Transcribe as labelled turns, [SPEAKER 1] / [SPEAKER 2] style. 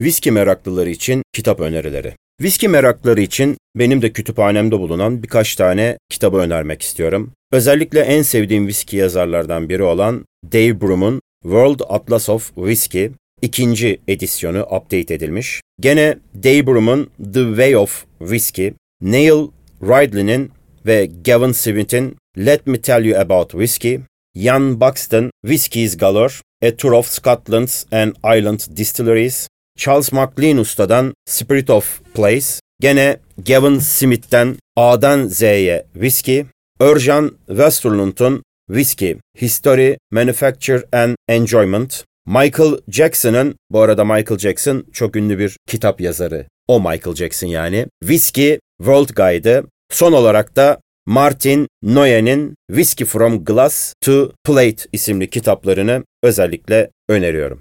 [SPEAKER 1] Viski meraklıları için kitap önerileri. Viski meraklıları için benim de kütüphanemde bulunan birkaç tane kitabı önermek istiyorum. Özellikle en sevdiğim viski yazarlardan biri olan Dave Broom'un World Atlas of Whiskey ikinci edisyonu update edilmiş. Gene Dave Broom'un The Way of Whiskey, Neil Ridley'nin ve Gavin Smith'in Let Me Tell You About Whiskey, Ian Buxton, Whiskies Galore, A Tour of Scotland's and Island Distilleries, Charles MacLean Usta'dan Spirit of Place, gene Gavin Smith'ten A'dan Z'ye Whiskey, Örjan Westerlund'un Whiskey, History, Manufacture and Enjoyment, Michael Jackson'ın, bu arada Michael Jackson çok ünlü bir kitap yazarı, o Michael Jackson yani, Whiskey World Guide'ı, son olarak da Martin Noyen'in Whiskey from Glass to Plate isimli kitaplarını özellikle öneriyorum.